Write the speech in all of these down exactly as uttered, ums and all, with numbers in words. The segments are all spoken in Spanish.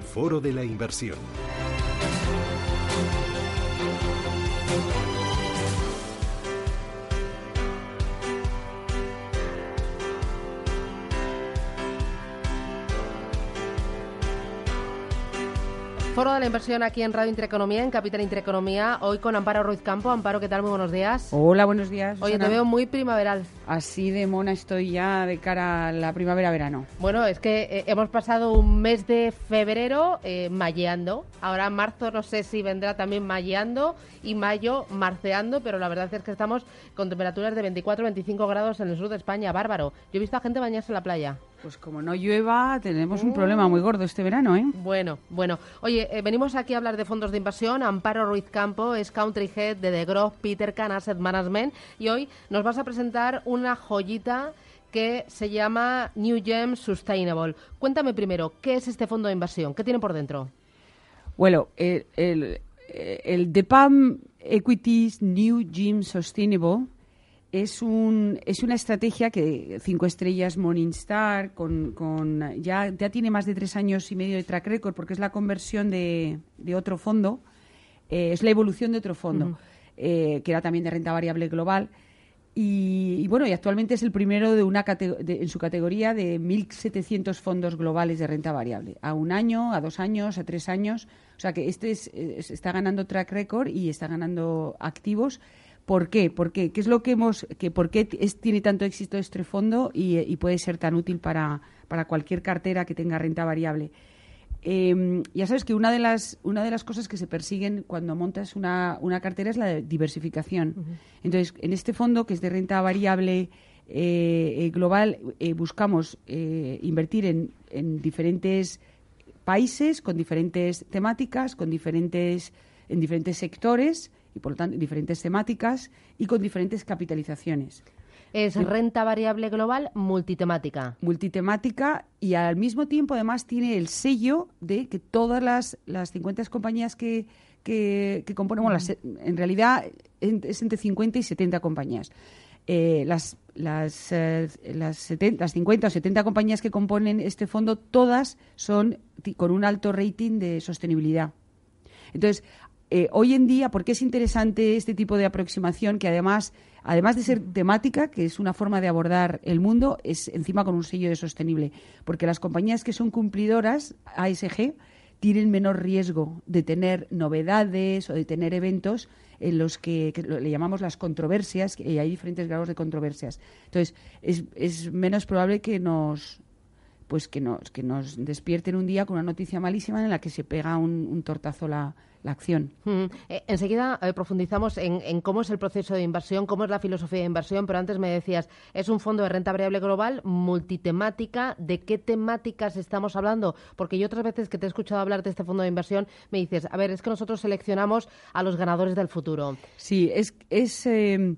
Foro de la Inversión. Foro de la Inversión aquí en Radio Intereconomía, en Capital Intereconomía, hoy con Amparo Ruiz Campo. Amparo, ¿qué tal? Muy buenos días. Hola, buenos días, Oye, Susana. te veo muy primaveral. Así de mona estoy ya de cara a la primavera-verano. Bueno, es que eh, hemos pasado un mes de febrero eh, malleando. Ahora marzo no sé si vendrá también malleando y mayo marceando, pero la verdad es que estamos con temperaturas de veinticuatro a veinticinco grados en el sur de España. Bárbaro. Yo he visto a gente bañarse en la playa. Pues como no llueva, tenemos un problema muy gordo este verano, ¿eh? Bueno, bueno. Oye, eh, venimos aquí a hablar de fondos de inversión. Amparo Ruiz Campo es Country Head de Degroof Petercam Asset Management y hoy nos vas a presentar una joyita que se llama New Gems Sustainable. Cuéntame primero, ¿qué es este fondo de inversión? ¿Qué tiene por dentro? Bueno, el, el, el D P A M Equities New Gems Sustainable es un es una estrategia que cinco estrellas Morningstar con, con ya ya tiene más de tres años y medio de track record porque es la conversión de, de otro fondo, eh, es la evolución de otro fondo uh-huh. eh, que era también de renta variable global y, y bueno y actualmente es el primero de una cate- de, en su categoría de mil setecientos fondos globales de renta variable a un año, a dos años, a tres años, o sea que este es, es, está ganando track record y está ganando activos. ¿Por qué? ¿Por qué? ¿Qué es lo que hemos, que por qué es, tiene tanto éxito este fondo y, y puede ser tan útil para, para cualquier cartera que tenga renta variable? Eh, ya sabes que una de las una de las cosas que se persiguen cuando montas una, una cartera es la diversificación. Uh-huh. Entonces, en este fondo que es de renta variable eh, eh, global, eh, buscamos eh, invertir en, en diferentes países con diferentes temáticas, con diferentes en diferentes sectores y por lo tanto diferentes temáticas y con diferentes capitalizaciones. Es renta variable global multitemática. Multitemática y al mismo tiempo además tiene el sello de que todas las, las cincuenta compañías que, que, que componen, bueno, las, en realidad es entre cincuenta y setenta compañías. Eh, las, las, eh, las, setenta, las cincuenta o setenta compañías que componen este fondo, todas son t- con un alto rating de sostenibilidad. Entonces, Eh, hoy en día, ¿por qué es interesante este tipo de aproximación? Que además, además de ser temática, que es una forma de abordar el mundo, es encima con un sello de sostenible. Porque las compañías que son cumplidoras, A S G, tienen menor riesgo de tener novedades o de tener eventos en los que, que le llamamos las controversias, y hay diferentes grados de controversias. Entonces, es, es menos probable que nos... pues que nos, que nos despierten un día con una noticia malísima en la que se pega un, un tortazo la, la acción. Mm. Eh, enseguida eh, profundizamos en, en cómo es el proceso de inversión, cómo es la filosofía de inversión, pero antes me decías, es un fondo de renta variable global multitemática. ¿De qué temáticas estamos hablando? Porque yo otras veces que te he escuchado hablar de este fondo de inversión me dices, a ver, es que nosotros seleccionamos a los ganadores del futuro. Sí, es... es eh,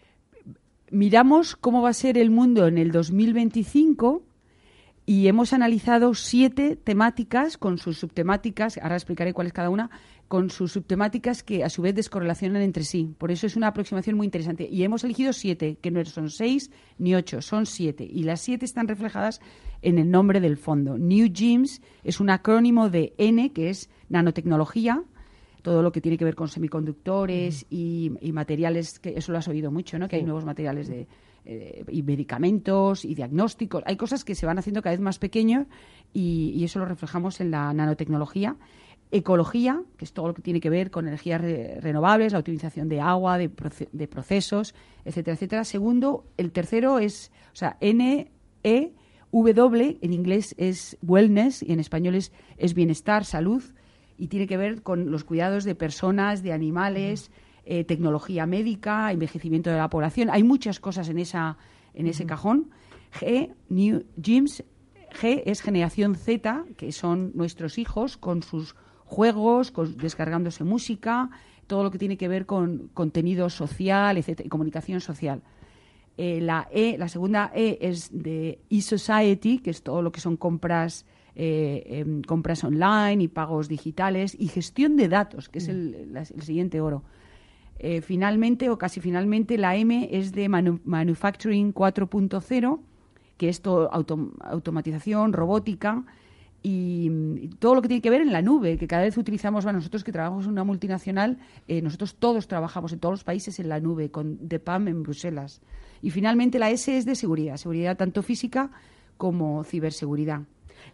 miramos cómo va a ser el mundo en el dos mil veinticinco... y hemos analizado siete temáticas con sus subtemáticas, ahora explicaré cuál es cada una, con sus subtemáticas que a su vez descorrelacionan entre sí. Por eso es una aproximación muy interesante. Y hemos elegido siete, que no son seis ni ocho, son siete. Y las siete están reflejadas en el nombre del fondo. New Gems es un acrónimo de N, que es nanotecnología, todo lo que tiene que ver con semiconductores y, y materiales, que eso lo has oído mucho, ¿no? Que hay nuevos materiales de... Eh, y medicamentos y diagnósticos. Hay cosas que se van haciendo cada vez más pequeños y, y eso lo reflejamos en la nanotecnología. Ecología, que es todo lo que tiene que ver con energías re- renovables, la utilización de agua, de, proce- de procesos, etcétera, etcétera. Segundo, el tercero es, o sea, N E W, en inglés es wellness y en español es, es bienestar, salud, y tiene que ver con los cuidados de personas, de animales, uh-huh. Eh, tecnología médica, envejecimiento de la población. Hay muchas cosas en esa en uh-huh. ese cajón. G, New Gems, G es generación Z, que son nuestros hijos con sus juegos, con, descargándose música, todo lo que tiene que ver con contenido social, etcétera, y comunicación social. Eh, la E, la segunda E es de e-society, que es todo lo que son compras eh, eh, compras online y pagos digitales y gestión de datos, que uh-huh. es el, la, el siguiente oro. Eh, finalmente, o casi finalmente, la M es de manu- Manufacturing cuatro punto cero, que es todo autom- automatización, robótica, y, y todo lo que tiene que ver en la nube, que cada vez utilizamos, bueno, nosotros que trabajamos en una multinacional, eh, nosotros todos trabajamos en todos los países en la nube, con D P A M en Bruselas. Y finalmente la S es de seguridad, seguridad tanto física como ciberseguridad.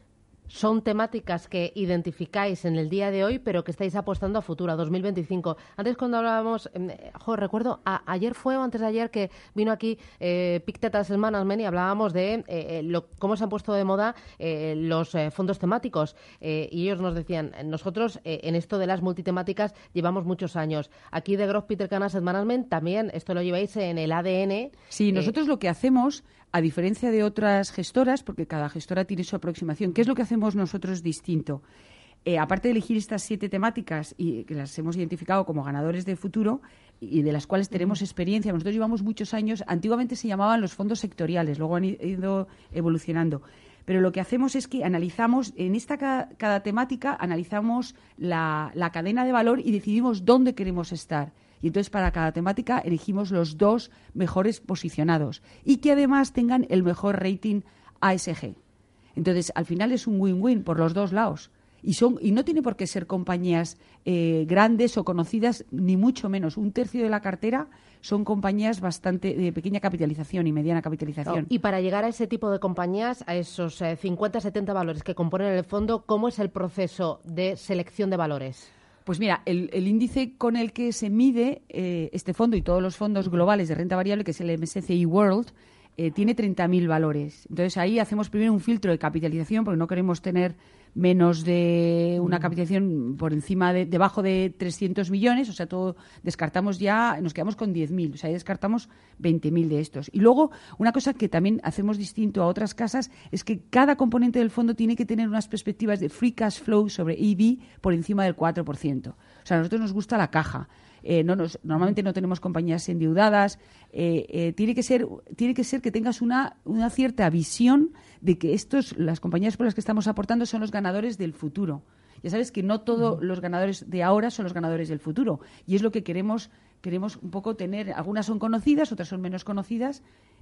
Son temáticas que identificáis en el día de hoy, pero que estáis apostando a futuro, a dos mil veinticinco. Antes, cuando hablábamos, eh, jo, recuerdo, a, ayer fue o antes de ayer que vino aquí eh, Pictet Asset Management y hablábamos de eh, lo, cómo se han puesto de moda eh, los eh, fondos temáticos. Eh, y ellos nos decían, nosotros eh, en esto de las multitemáticas llevamos muchos años. Aquí de Degroof Petercam Asset Management también esto lo lleváis en el A D N. Sí, nosotros eh, lo que hacemos, a diferencia de otras gestoras, porque cada gestora tiene su aproximación, ¿qué es lo que hacemos nosotros distinto? Eh, aparte de elegir estas siete temáticas y que las hemos identificado como ganadores de futuro y de las cuales tenemos experiencia, nosotros llevamos muchos años, antiguamente se llamaban los fondos sectoriales, luego han ido evolucionando. Pero lo que hacemos es que analizamos, en esta cada, cada temática, analizamos la, la cadena de valor y decidimos dónde queremos estar. Y entonces para cada temática elegimos los dos mejores posicionados y que además tengan el mejor rating A S G. Entonces al final es un win-win por los dos lados. Y, son, y no tiene por qué ser compañías eh, grandes o conocidas, ni mucho menos. Un tercio de la cartera son compañías bastante de pequeña capitalización y mediana capitalización. Oh, y para llegar a ese tipo de compañías, a esos eh, cincuenta, setenta valores que componen el fondo, ¿cómo es el proceso de selección de valores? Pues mira, el, el índice con el que se mide eh, este fondo y todos los fondos globales de renta variable, que es el M S C I World, eh, tiene treinta mil valores. Entonces ahí hacemos primero un filtro de capitalización porque no queremos tener menos de una capitalización por encima de, debajo de trescientos millones, o sea, todo descartamos ya, nos quedamos con diez mil, o sea, descartamos veinte mil de estos. Y luego, una cosa que también hacemos distinto a otras casas es que cada componente del fondo tiene que tener unas perspectivas de free cash flow sobre E V por encima del cuatro por ciento. O sea, a nosotros nos gusta la caja. Eh, no nos, normalmente no tenemos compañías endeudadas. Eh, eh, tiene que ser, tiene que ser que tengas una, una cierta visión de que estos, las compañías por las que estamos aportando son los ganadores del futuro. Ya sabes que no todos los ganadores de ahora son los ganadores del futuro. Y es lo que queremos, queremos un poco tener. Algunas son conocidas, otras son menos conocidas.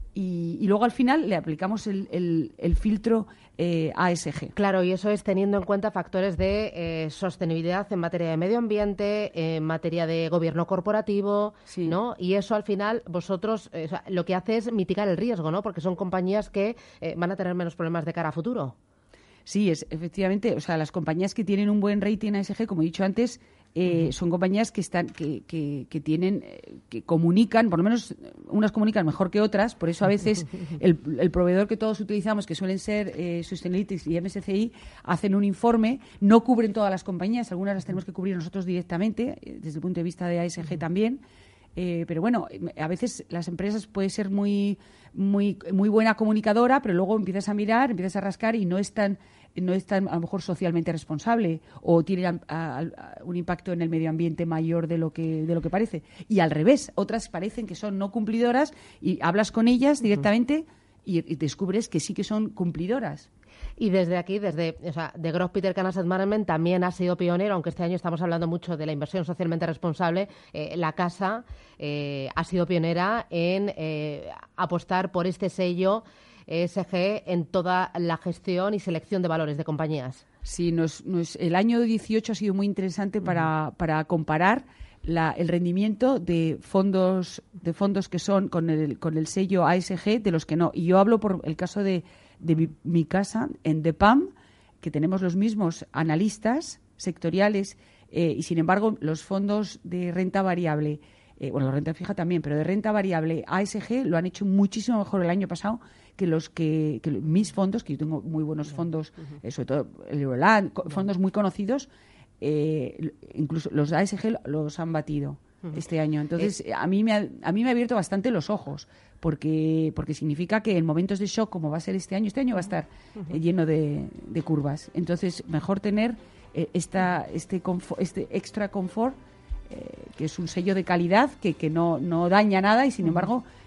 Y, y luego al final le aplicamos el, el, el filtro eh, A S G. Claro, y eso es teniendo en cuenta factores de eh, sostenibilidad en materia de medio ambiente, en materia de gobierno corporativo, sí. ¿no? Y eso al final vosotros eh, o sea, lo que hace es mitigar el riesgo, ¿no? Porque son compañías que eh, van a tener menos problemas de cara a futuro. Sí, es efectivamente, o sea, las compañías que tienen un buen rating A S G, como he dicho antes, eh, uh-huh. son compañías que están, que, que, que tienen, eh, que comunican, por lo menos unas comunican mejor que otras, por eso a veces el, el proveedor que todos utilizamos, que suelen ser eh, Sustainalytics y M S C I, hacen un informe, no cubren todas las compañías, algunas las tenemos que cubrir nosotros directamente, eh, desde el punto de vista de A S G uh-huh. también. Eh, pero bueno, a veces las empresas pueden ser muy, muy, muy buena comunicadora, pero luego empiezas a mirar, empiezas a rascar y no es tan, no es tan a lo mejor socialmente responsable o tiene a, a, a, un impacto en el medio ambiente mayor de lo que de lo que parece. Y al revés, otras parecen que son no cumplidoras y hablas con ellas directamente uh-huh. y, y descubres que sí que son cumplidoras. Y desde aquí, desde o sea, Degroof Petercam Asset Management también ha sido pionero, aunque este año estamos hablando mucho de la inversión socialmente responsable. Eh, la casa eh, ha sido pionera en eh, apostar por este sello E S G en toda la gestión y selección de valores de compañías. Sí, nos, nos, el año dieciocho ha sido muy interesante para, para comparar la, el rendimiento de fondos de fondos que son con el, con el sello A S G de los que no. Y yo hablo por el caso de de mi, mi casa en D P A M, que tenemos los mismos analistas sectoriales eh, y, sin embargo, los fondos de renta variable, eh, bueno, la renta fija también, pero de renta variable A S G lo han hecho muchísimo mejor el año pasado que los que, que mis fondos, que yo tengo muy buenos fondos, eh, sobre todo el Euroland, fondos muy conocidos, eh, incluso los A S G los han batido este año. Entonces, a mí me ha, a mí me ha abierto bastante los ojos, porque porque significa que en momentos de shock, como va a ser este año, este año va a estar eh, lleno de, de curvas. Entonces, mejor tener eh, esta este confort, este extra confort, eh, que es un sello de calidad que, que no, no daña nada y, sin embargo,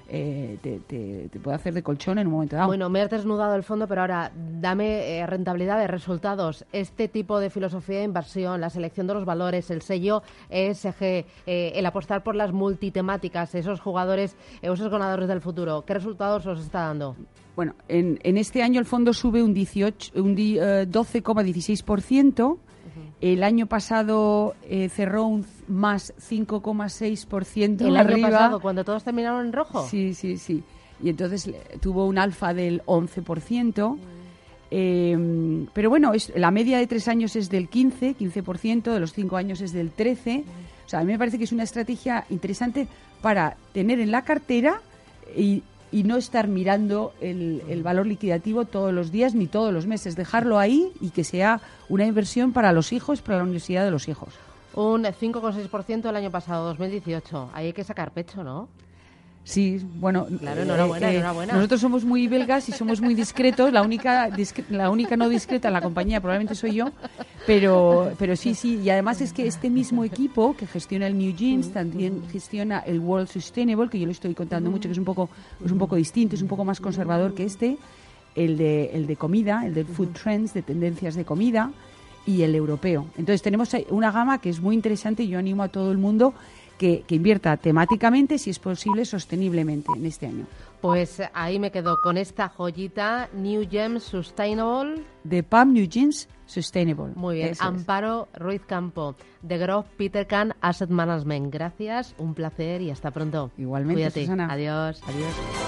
eh, te, te, te puede hacer de colchón en un momento dado. Bueno, me has desnudado el fondo, pero ahora dame eh, rentabilidad de resultados. Este tipo de filosofía de inversión, la selección de los valores, el sello E S G, eh, el apostar por las multitemáticas, esos jugadores, esos ganadores del futuro, ¿qué resultados os está dando? Bueno, en, en este año el fondo sube un, dieciocho, un uh, doce coma dieciséis por ciento. Uh-huh. El año pasado eh, cerró un más cinco coma seis por ciento ¿El arriba. año pasado, cuando todos terminaron en rojo? Sí, sí, sí. Y entonces tuvo un alfa del once por ciento. Uh-huh. Eh, pero bueno, es, la media de tres años es del quince, quince por ciento, de los cinco años es del trece por ciento. Uh-huh. O sea, a mí me parece que es una estrategia interesante para tener en la cartera y... y no estar mirando el, el valor liquidativo todos los días ni todos los meses, dejarlo ahí y que sea una inversión para los hijos, para la universidad de los hijos. Un cinco coma seis por ciento el año pasado, dos mil dieciocho. Ahí hay que sacar pecho, ¿no? Sí, bueno, claro, enhorabuena, eh, enhorabuena. Nosotros somos muy belgas y somos muy discretos. La única discre- la única no discreta en la compañía probablemente soy yo, pero pero sí, sí. Y además es que este mismo equipo que gestiona el New Jeans también gestiona el World Sustainable, que yo lo estoy contando mucho, que es un poco es un poco distinto, es un poco más conservador que este, el de el de comida, el de Food Trends, de tendencias de comida, y el europeo. Entonces tenemos una gama que es muy interesante y yo animo a todo el mundo Que, que invierta temáticamente, si es posible, sosteniblemente en este año. Pues ahí me quedo con esta joyita, New Gems Sustainable. De P A M New Jeans Sustainable. Muy bien. Eso Amparo es. Ruiz Campo, de Grof Petercam Asset Management. Gracias, un placer y hasta pronto. Igualmente, Cuídate. Susana. Adiós. Adiós.